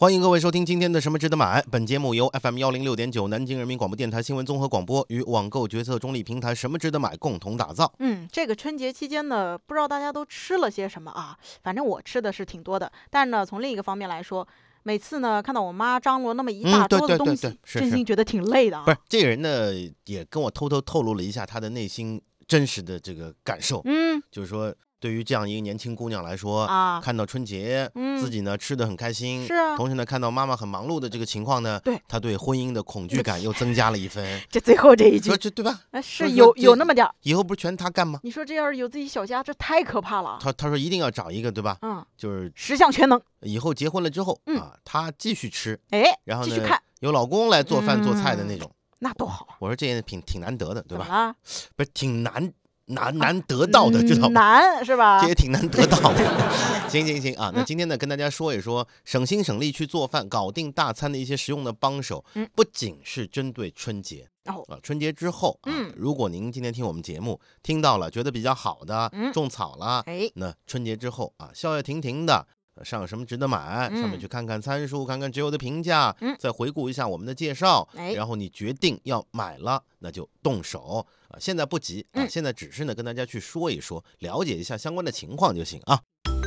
欢迎各位收听今天的什么值得买。本节目由 FM106.9 南京人民广播电台新闻综合广播与网购决策中立平台什么值得买共同打造。 这个春节期间呢，不知道大家都吃了些什么啊？反正我吃的是挺多的，但呢，从另一个方面来说，每次呢看到我妈张罗那么一大桌子东西，真心觉得挺累的啊。 不是，这个人呢也跟我偷偷透露了一下他的内心真实的这个感受。就是说对于这样一个年轻姑娘来说看到春节，自己呢吃得很开心， 是啊， 同时呢看到妈妈很忙碌的这个情况呢，她对婚姻的恐惧感又增加了一分。 这最后这一句， 这对吧？ 是有那么点儿。 以后不是全她干吗？ 你说这要是有自己小家，这太可怕了。 他说一定要找一个，对吧？就是十项全能。 以后结婚了之后她继续吃，然后呢继续看有老公来做饭做菜的那种， 那多好啊！ 我说这也挺难得的，对吧？ 怎么了？ 不是挺难得到的，知道吗？ 难是吧？ 这也挺难得到的。行啊，那今天呢，跟大家说一说省心省力去做饭、搞定大餐的一些实用的帮手。不仅是针对春节春节之后如果您今天听我们节目听到了，觉得比较好的，种草了，那春节之后消消停停的。上什么值得买，上面去看看参数，看看只有的评价，再回顾一下我们的介绍，然后你决定要买了，那就动手现在不急现在只是呢跟大家去说一说，了解一下相关的情况就行啊。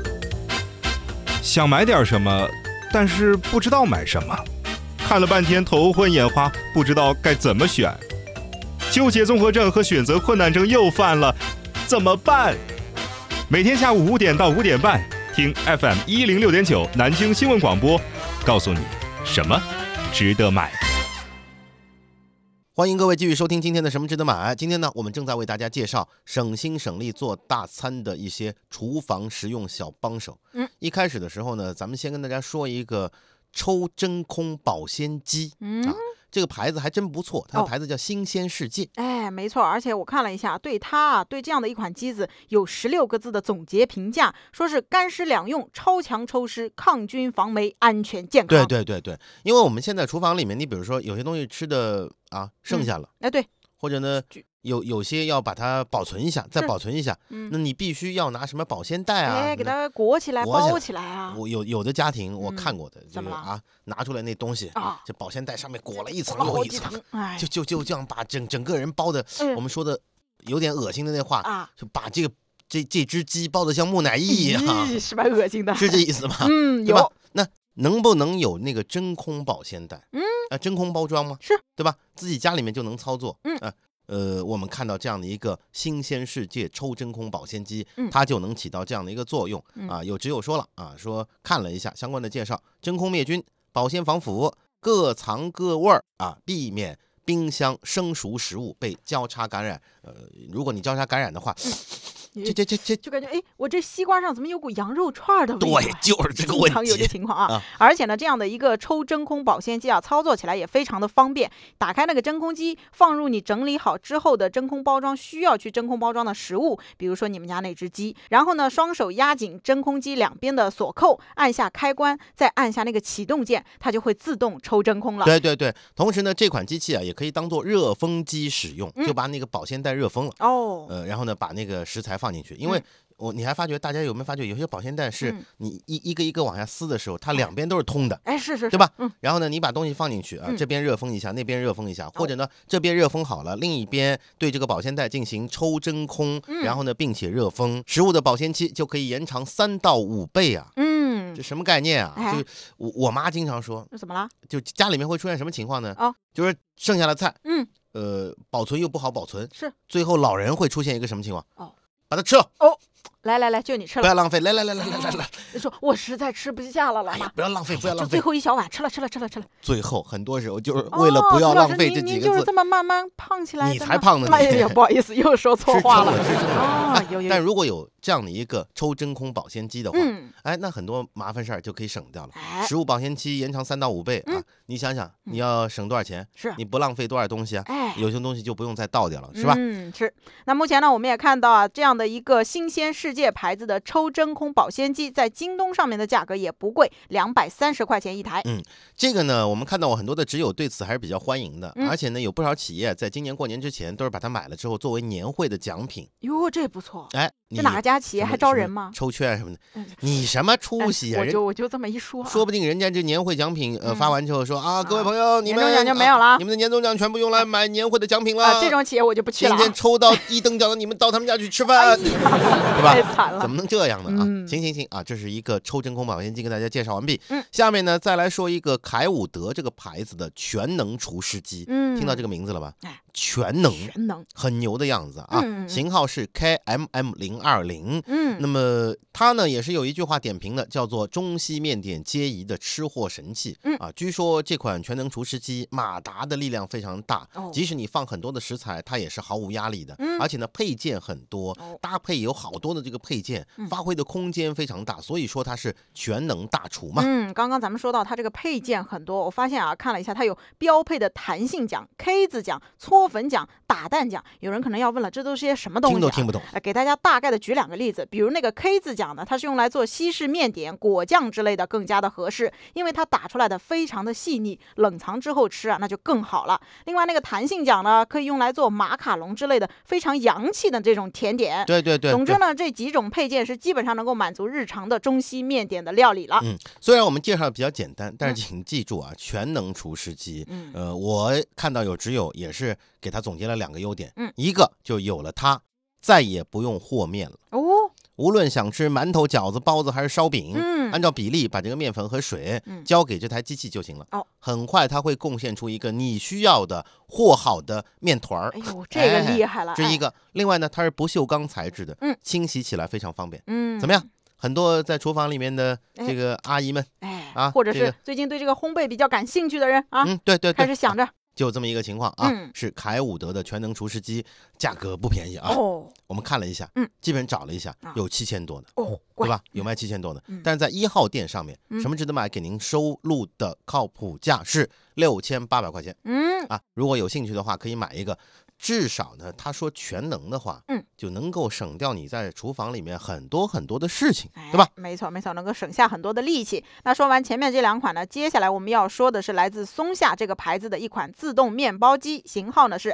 想买点什么，但是不知道买什么，看了半天头昏眼花，不知道该怎么选，纠结综合症和选择困难症又犯了，怎么办？每天下午5点到5点半。听 FM106.9 南京新闻广播，告诉你什么值得买。 欢迎各位继续收听今天的什么值得买。今天呢，我们正在为大家介绍省心省力做大餐的一些厨房实用小帮手。一开始的时候呢，咱们先跟大家说一个抽真空保鲜机这个牌子还真不错，它的牌子叫新鲜世界。 没错，而且我看了一下，对这样的一款机子有16个字的总结评价，说是干湿两用，超强抽湿，抗菌防霉，安全健康。 对，因为我们现在厨房里面，你比如说有些东西吃的剩下了， 对， 或者呢有些要把它保存一下，再保存一下，那你必须要拿什么保鲜袋给它裹起来包起来啊。 有的家庭我看过的， 怎么了拿出来那东西这保鲜袋上面裹了一层又一层，就这样把整个人包的，我们说的有点恶心的那话就把这只鸡包的像木乃伊一样， 是吧？恶心的， 是这意思吗？对吧？那能不能有那个真空保鲜袋？真空包装吗？ 是， 对吧？自己家里面就能操作。我们看到这样的一个新鲜世界抽真空保鲜机，它就能起到这样的一个作用有只有说了说看了一下相关的介绍，真空灭菌，保鲜防腐，各藏各味避免冰箱生熟食物被交叉感染。如果你交叉感染的话， 就感觉我这西瓜上怎么有股羊肉串的味道？ 对，就是这个问题， 常有这情况而且呢，这样的一个抽真空保鲜机操作起来也非常的方便。打开那个真空机，放入你整理好之后的真空包装需要去真空包装的食物，比如说你们家那只鸡，然后呢，双手压紧真空机两边的锁扣，按下开关，再按下那个启动键，它就会自动抽真空了。 对，同时呢，这款机器也可以当做热风机使用，就把那个保鲜袋热封了然后呢，把那个食材放进去，因为你还发觉，大家有没有发觉，有些保鲜袋是你一个一个往下撕的时候，它两边都是通的， 是， 对吧？然后呢，你把东西放进去这边热封一下，那边热封一下，或者呢，这边热封好了，另一边对这个保鲜袋进行抽真空，然后呢，并且热封，食物的保鲜期就可以延长3到5倍这什么概念就我妈经常说， 怎么了？ 就家里面会出现什么情况呢？就是剩下的菜，保存又不好保存， 是最后老人会出现一个什么情况？把它吃了来，就你吃了， 不要浪费，来， 你说我实在吃不下了，老妈， 不要浪费， 就最后一小碗吃了。 最后很多时候就是为了不要浪费这几个字， 您就是这么慢慢胖起来的， 你才胖呢。 不好意思，又说错话了。 但如果有这样的一个抽真空保鲜机的话，那很多麻烦事儿就可以省掉了。食物保鲜期延长3到5倍你想想，你要省多少钱？ 是你不浪费多少东西有些东西就不用再倒掉了，是吧？ 是。那目前呢，我们也看到这样的一个新鲜世界牌子的抽真空保鲜机，在京东上面的价格也不贵，230块钱一台。 这个呢，我们看到很多的挚友对此还是比较欢迎的，而且呢，有不少企业在今年过年之前都是把它买了之后作为年会的奖品。 哟，这不错。 哎， 这哪家企业还招人吗？ 抽券什么的，你什么出息啊？ 我就这么一说， 说不定人家这年会奖品发完之后说啊，各位朋友，你们年终奖就没有了， 你们的年终奖全部用来买年会的奖品了。 这种企业我就不去了。 今天抽到1等奖的，你们到他们家去吃饭，对吧？ 太惨了， 怎么能这样呢啊？行啊，这是一个抽真空保鲜机，跟大家介绍完毕。下面呢再来说一个凯伍德这个牌子的全能除湿机。听到这个名字了吧？全能很牛的样子啊。型号是 KMM020。那么它呢也是有一句话点评的，叫做中西面点皆宜的吃货神器。据说这款全能除湿机马达的力量非常大，即使你放很多的食材，它也是毫无压力的。而且呢配件很多，搭配有好多的这个配件，发挥的空间非常大，所以说它是全能大厨嘛。 刚刚咱们说到它这个配件很多，我发现啊，看了一下，它有标配的弹性桨、K 字桨、搓粉桨、打蛋桨。有人可能要问了，这都是些什么东西？ 听都听不懂。 给大家大概的举2个例子，比如那个 K 字桨呢，它是用来做西式面点、果酱之类的，更加的合适，因为它打出来的非常的细腻，冷藏之后吃啊，那就更好了。另外那个弹性桨呢，可以用来做马卡龙之类的非常洋气的这种甜点。 对。 总之呢，这几种配件是基本上能够满足日常的中西面点的料理了。 虽然我们介绍比较简单，但是请记住啊，全能除湿机。我看到有挚友也是给他总结了2个优点。一个就有了它，再也不用和面了。无论想吃馒头、饺子、包子还是烧饼，按照比例把这个面粉和水交给这台机器就行了。很快它会贡献出一个你需要的和好的面团。 哎呦，这个厉害了！ 这一个。另外呢，它是不锈钢材质的，清洗起来非常方便。怎么样？很多在厨房里面的这个阿姨们， 或者是最近对这个烘焙比较感兴趣的人啊， 对， 开始想着。 就这么一个情况啊，是凯伍德的全能除湿机，价格不便宜啊。我们看了一下，基本找了一下，有7000多的，对吧？有卖7000多的，但是在1号店上面，什么值得买？给您收录的靠谱价是6800块钱。如果有兴趣的话，可以买一个。至少呢，他说全能的话，就能够省掉你在厨房里面很多很多的事情，对吧？ 没错，能够省下很多的力气。那说完前面这2款呢，接下来我们要说的是来自松下这个牌子的一款自动面包机，型号呢是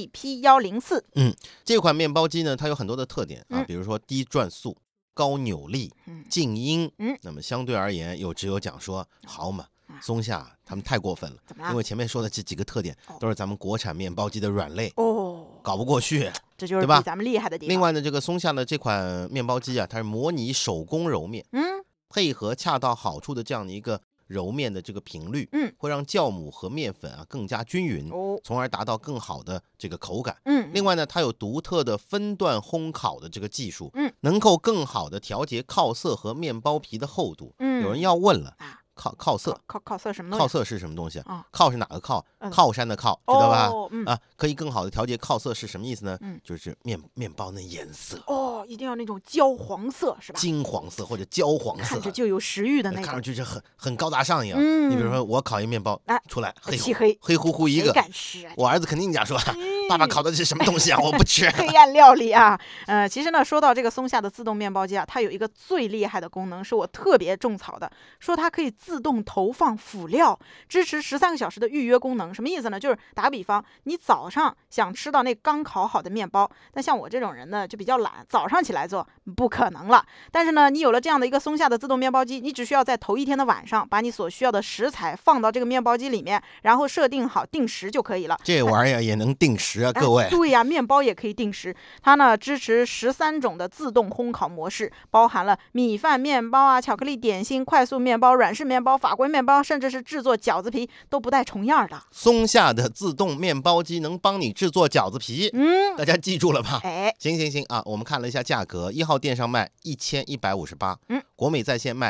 SDP104。 这款面包机呢，它有很多的特点啊，比如说低转速、高扭力、静音。那么相对而言，有挚友讲说，好嘛。松下他们太过分了，因为前面说的这几个特点都是咱们国产面包机的软肋，搞不过去， 这就是比咱们厉害的地方。 另外呢，这个松下的这款面包机啊，它是模拟手工揉面，配合恰到好处的这样的一个揉面的这个频率，会让酵母和面粉啊更加均匀，从而达到更好的这个口感。另外呢，它有独特的分段烘烤的这个技术，能够更好的调节靠色和面包皮的厚度。有人要问了。靠色什么东西？ 靠色是什么东西啊？靠是哪个靠？靠山的靠，知道吧？可以更好的调节靠色是什么意思呢？就是面包的颜色。 一定要那种焦黄色是吧？ 金黄色或者焦黄色， 看着就有食欲的那种， 看上去就很高大上一样。你比如说我烤一面包出来，黑乎乎一个， 谁敢吃啊？ 我儿子肯定讲说，爸爸烤的是什么东西啊？我不吃。 黑暗料理啊！其实呢，说到这个松下的自动面包机啊，它有一个最厉害的功能，是我特别种草的，说它可以自动投放辅料，支持13个小时的预约功能。什么意思呢？就是打个比方，你早上想吃到那刚烤好的面包，但像我这种人呢就比较懒，早上起来做不可能了。但是呢，你有了这样的一个松下的自动面包机，你只需要在头一天的晚上把你所需要的食材放到这个面包机里面，然后设定好定时就可以了。 这玩意儿也能定时啊，各位。 对呀，面包也可以定时。它呢支持13种的自动烘烤模式，包含了米饭面包啊、巧克力点心、快速面包、软式面包、法国面包，甚至是制作饺子皮都不带重样的。 松下的自动面包机能帮你制作饺子皮，大家记住了吧？行啊，我们看了一下价格，1号店上卖1158，国美在线卖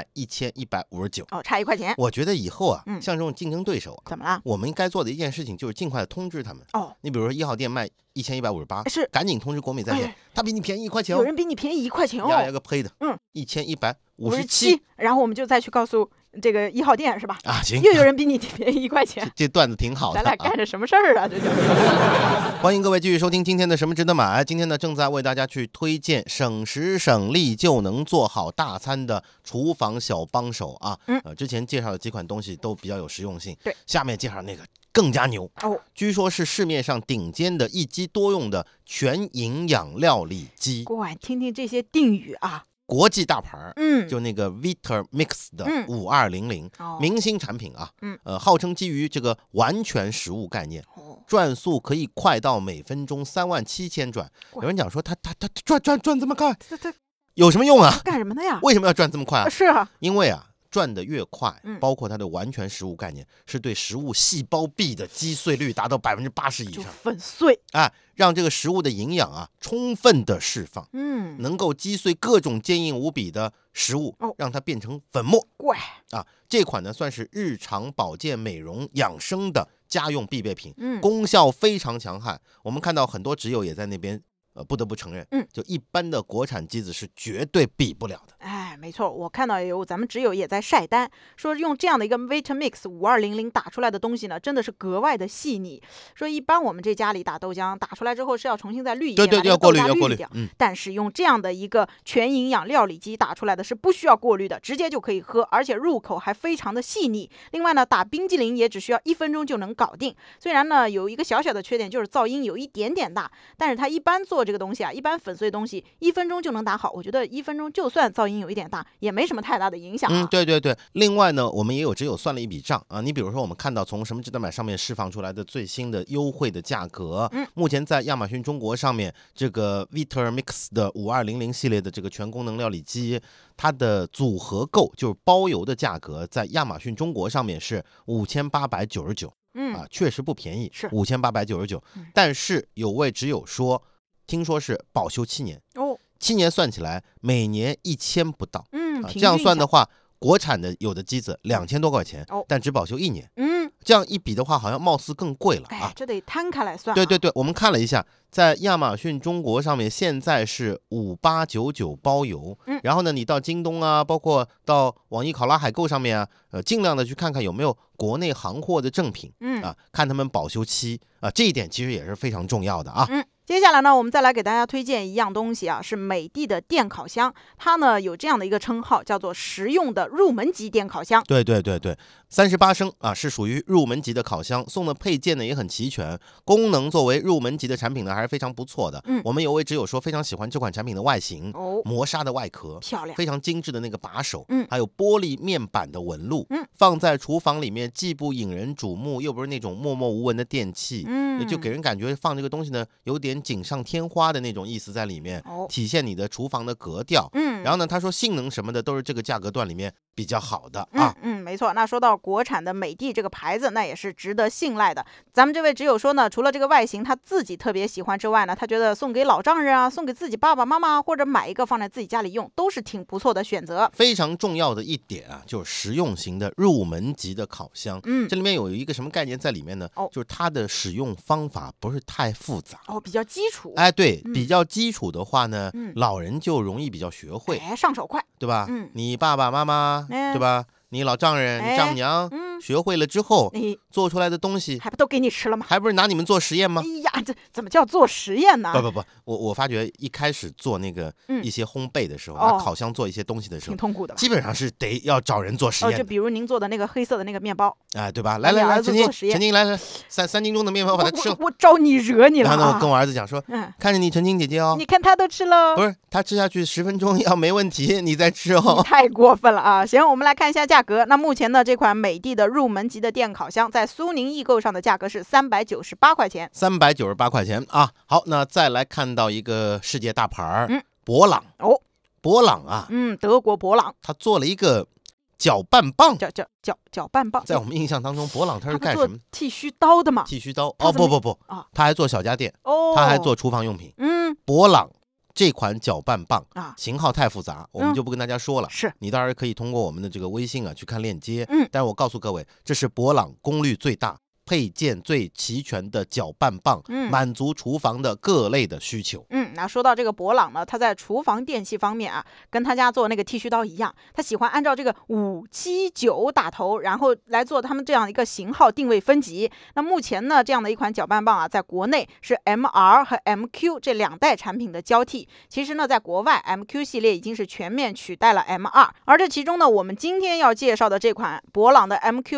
1159， 差1块钱。 我觉得以后啊，像这种竞争对手啊， 怎么了？ 我们应该做的一件事情就是尽快的通知他们。你比如说1号店卖1158， 是赶紧通知国美在线，他比你便宜1块钱。 有人比你便宜1块钱呀个呸的，1157， 然后我们就再去告诉这个1号店是吧？ 啊，行， 又有人比你便宜1块钱， 这段子挺好的。 咱俩干着什么事儿啊？这就欢迎各位继续收听今天的什么值得买。今天呢，正在为大家去推荐省时省力就能做好大餐的厨房小帮手啊。之前介绍的几款东西都比较有实用性， 对， 下面介绍那个更加牛哦， 据说是市面上顶尖的一机多用的全营养料理机。 听听这些定语啊。 国际大牌，就那个 Vitamix 的5200，明星产品啊，号称基于这个完全食物概念，转速可以快到每分钟37000转。有人讲说它转这么快，有什么用啊？ 干什么的呀？ 为什么要转这么快啊？ 是啊， 因为啊，转得越快，包括它的完全食物概念，是对食物细胞壁的击碎率达到80%以上， 就粉碎， 让这个食物的营养啊充分的释放，能够击碎各种坚硬无比的食物，让它变成粉末。这款呢算是日常保健、美容、养生的家用必备品，功效非常强悍。我们看到很多职友也在那边。不得不承认，就一般的国产机子是绝对比不了的。 没错，我看到有咱们职友也在晒单，说用这样的一个 Vitamix 5200打出来的东西呢，真的是格外的细腻。说一般我们这家里打豆浆，打出来之后是要重新再滤一遍， 对，要过滤掉。但是用这样的一个全营养料理机打出来的是不需要过滤的，直接就可以喝，而且入口还非常的细腻。另外呢，打冰激凌也只需要1分钟就能搞定。虽然呢有一个小小的缺点，就是噪音有一点点大，但是它一般做这个东西啊，一般粉碎东西1分钟就能打好。我觉得1分钟就算噪音有一点大，也没什么太大的影响。 对。另外呢，我们也有只有算了一笔账啊。你比如说，我们看到从什么值得买上面释放出来的最新的优惠的价格，目前在亚马逊中国上面，这个 Vitamix 的5200系列的这个全功能料理机，它的组合购就是包邮的价格，在亚马逊中国上面是5899。确实不便宜，是5899。但是有位只有说，听说是保修7年，7年算起来每年1000不到，这样算的话，国产的有的机子2000多块钱，但只保修1年，这样一比的话，好像貌似更贵了啊。 这得摊开来算。 对，我们看了一下，在亚马逊中国上面现在是5899包邮，然后呢，你到京东啊，包括到网易考拉海购上面啊，尽量的去看看有没有国内行货的正品，看他们保修期啊，这一点其实也是非常重要的啊。 接下来呢，我们再来给大家推荐一样东西啊，是美的的电烤箱。它呢有这样的一个称号，叫做实用的入门级电烤箱。 对，38升啊，是属于入门级的烤箱，送的配件呢也很齐全，功能作为入门级的产品呢还是非常不错的。我们有位只有说非常喜欢这款产品的外形，磨砂的外壳漂亮， 非常精致的那个把手，还有玻璃面板的纹路，放在厨房里面既不引人瞩目，又不是那种默默无闻的电器，就给人感觉放这个东西呢有点锦上添花的那种意思在里面，体现你的厨房的格调。然后呢，他说性能什么的都是这个价格段里面比较好的啊。 没错。那说到国产的美的这个牌子，那也是值得信赖的。咱们这位只有说呢，除了这个外形他自己特别喜欢之外呢，他觉得送给老丈人啊，送给自己爸爸妈妈，或者买一个放在自己家里用，都是挺不错的选择。 非常重要的一点啊，就是实用型的入门级的烤箱。这里面有一个什么概念在里面呢？就是它的使用方法不是太复杂， 比较基础。 对，比较基础的话呢，老人就容易比较学会， 上手快， 对吧？你爸爸妈妈，对吧？你老丈人、你丈母娘，学会了之后，做出来的东西还不都给你吃了吗？ 还不是拿你们做实验吗？ 这怎么叫做实验呢？ 不，我发觉一开始做那个一些烘焙的时候，拿烤箱做一些东西的时候， 挺痛苦的， 基本上是得要找人做实验。 就比如您做的那个黑色的那个面包， 对吧？来，陈静来3斤重的面包把它吃了。 我招你惹你了。 然后呢，我跟我儿子讲说，看着你陈静姐姐你看他都吃了， 不是他吃下去10分钟要没问题，你再吃哦。 太过分了啊！行，我们来看一下价格。那目前呢，这款美的的入门级的电烤箱在苏宁易购上的价格是398块钱 ，398块钱啊。好，那再来看到一个世界大牌，博朗博朗啊， 德国博朗， 他做了一个搅拌棒， 搅拌棒， 在我们印象当中，博朗他是干什么？ 剃须刀的嘛？ 剃须刀不他还做小家电，他还做厨房用品。博朗这款搅拌棒型号太复杂，我们就不跟大家说了。 是你当然可以通过我们的这个微信去看链接。但是我告诉各位，这是博朗功率最大、配件最齐全的搅拌棒，满足厨房的各类的需求。 那说到这个博朗呢，他在厨房电器方面啊，跟他家做那个剃须刀一样，他喜欢按照这个5、7、9打头，然后来做他们这样一个型号定位分级。那目前呢，这样的一款搅拌棒啊，在国内是 MR 和 MQ 这2代产品的交替。其实呢，在国外 MQ 系列已经是全面取代了 MR， 而这其中呢，我们今天要介绍的这款博朗的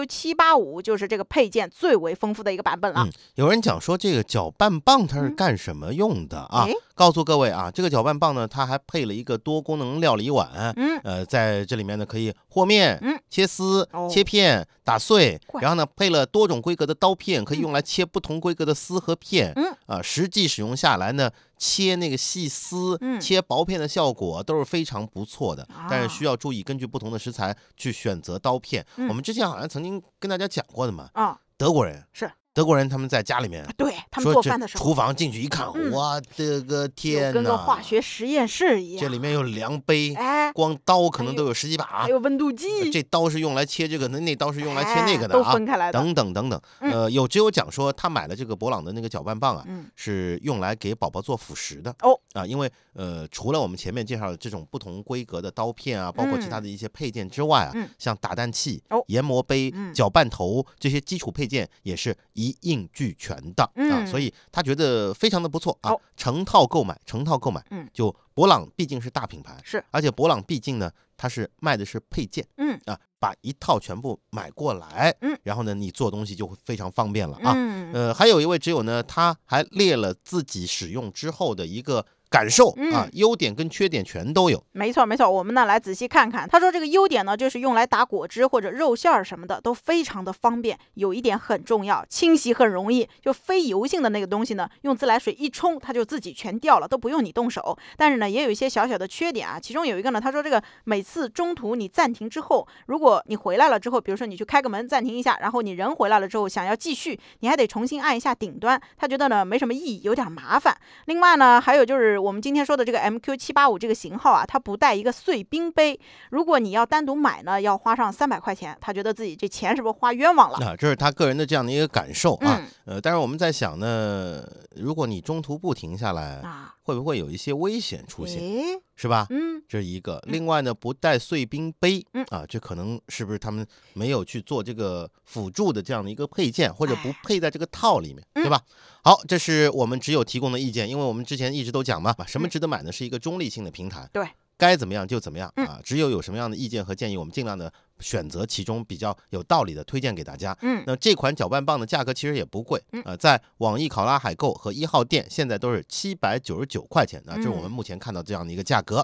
MQ785，就是这个配件最为丰富的一个版本了。 有人讲说这个搅拌棒它是干什么用的啊？告诉各位啊，这个搅拌棒呢，它还配了一个多功能料理碗，在这里面呢可以和面、切丝、切片、打碎，然后呢配了多种规格的刀片，可以用来切不同规格的丝和片，实际使用下来呢，切那个细丝、切薄片的效果都是非常不错的，但是需要注意根据不同的食材去选择刀片。我们之前好像曾经跟大家讲过的嘛，德国人是。德国人他们在家里面， 对他们做饭的时候， 厨房进去一看，我的个天哪， 跟个化学实验室一样。 这里面有量杯，光刀可能都有10几把， 还有温度计。 这刀是用来切这个的，那刀是用来切那个的都分开来的。 等等等等，只有讲说他买了这个博朗的那个搅拌棒啊，是用来给宝宝做辅食的因为除了我们前面介绍的这种不同规格的刀片啊，包括其他的一些配件之外啊，像打蛋器、研磨杯、搅拌头这些基础配件也是一应俱全的所以他觉得非常的不错成套购买，就博朗毕竟是大品牌，而且博朗毕竟呢，它是卖的是配件，把一套全部买过来，然后呢，你做东西就会非常方便了还有一位挚友呢，他还列了自己使用之后的一个感受优点跟缺点全都有。 没错没错，我们呢来仔细看看。他说这个优点呢，就是用来打果汁或者肉馅什么的都非常的方便。有一点很重要，清洗很容易，就非油性的那个东西呢，用自来水一冲，它就自己全掉了，都不用你动手。但是呢，也有一些小小的缺点其中有一个呢，他说这个每次中途你暂停之后，如果你回来了之后，比如说你去开个门暂停一下，然后你人回来了之后想要继续，你还得重新按一下顶端，他觉得呢没什么意义，有点麻烦。另外呢，还有就是我们今天说的这个 MQ785 这个型号它不带一个碎冰杯，如果你要单独买呢，要花上300块钱，他觉得自己这钱是不是花冤枉了这是他个人的这样的一个感受但是我们在想呢，如果你中途不停下来会不会有一些危险出现是吧？这是一个。另外呢，不带碎冰杯这可能是不是他们没有去做这个辅助的这样的一个配件，或者不配在这个套里面，对吧？好，这是我们只有提供的意见，因为我们之前一直都讲嘛，什么值得买呢？是一个中立性的平台， 对， 该怎么样就怎么样只有什么样的意见和建议，我们尽量的选择其中比较有道理的推荐给大家。那这款搅拌棒的价格其实也不贵在网易考拉海购和1号店现在都是799块钱这是我们目前看到这样的一个价格。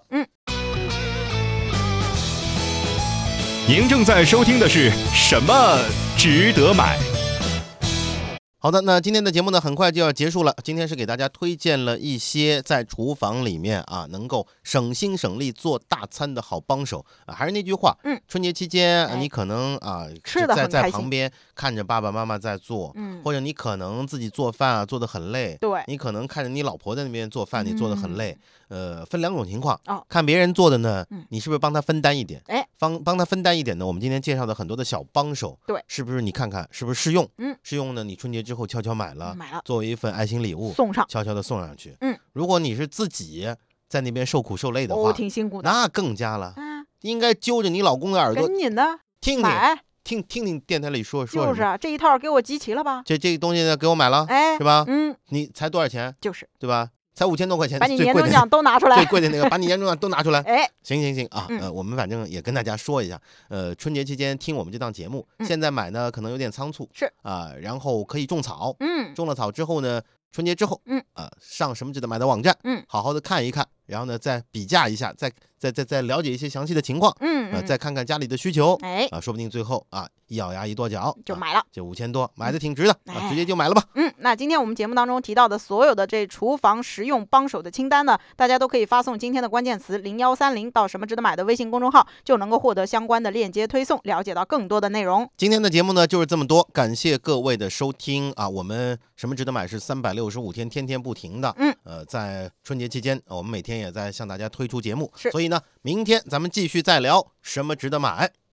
您正在收听的是什么值得买？ 好的，那今天的节目呢，很快就要结束了。今天是给大家推荐了一些在厨房里面能够省心省力做大餐的好帮手还是那句话，春节期间你可能吃得很开心， 在旁边看着爸爸妈妈在做，或者你可能自己做饭做得很累， 对， 你可能看着你老婆在那边做饭，你做得很累。分2种情况看别人做的呢，你是不是帮他分担一点？帮他分担一点呢，我们今天介绍的很多的小帮手， 对， 是不是你看看是不是适用？适用呢，你春节之后悄悄买了，作为一份爱心礼物送上， 悄悄的送上去。如果你是自己在那边受苦受累的话， 挺辛苦的， 那更加了，应该揪着你老公的耳朵， 跟你呢， 听电台里说就是这一套给我集齐了吧？ 这东西呢给我买了，是吧？你才多少钱？ 就是对吧？才5000多块钱， 把你年终奖都拿出来， 最贵的那个，把你年终奖都拿出来。行我们反正也跟大家说一下，春节期间听我们这档节目，现在买呢可能有点仓促， 是然后可以种草，种了草之后呢，春节之后，上什么值得买的网站，好好的看一看，然后呢再比价一下，再了解一些详细的情况，再看看家里的需求，说不定最后一咬牙一跺脚就买了， 这5000多买的挺值的，直接就买了吧。 那今天我们节目当中提到的所有的这厨房实用帮手的清单呢，大家都可以发送今天的关键词0130到什么值得买的微信公众号，就能够获得相关的链接推送，了解到更多的内容。 今天的节目呢就是这么多，感谢各位的收听我们什么值得买是365天天天不停的，在春节期间我们每天也在向大家推出节目，所以呢明天咱们继续再聊什么值得买。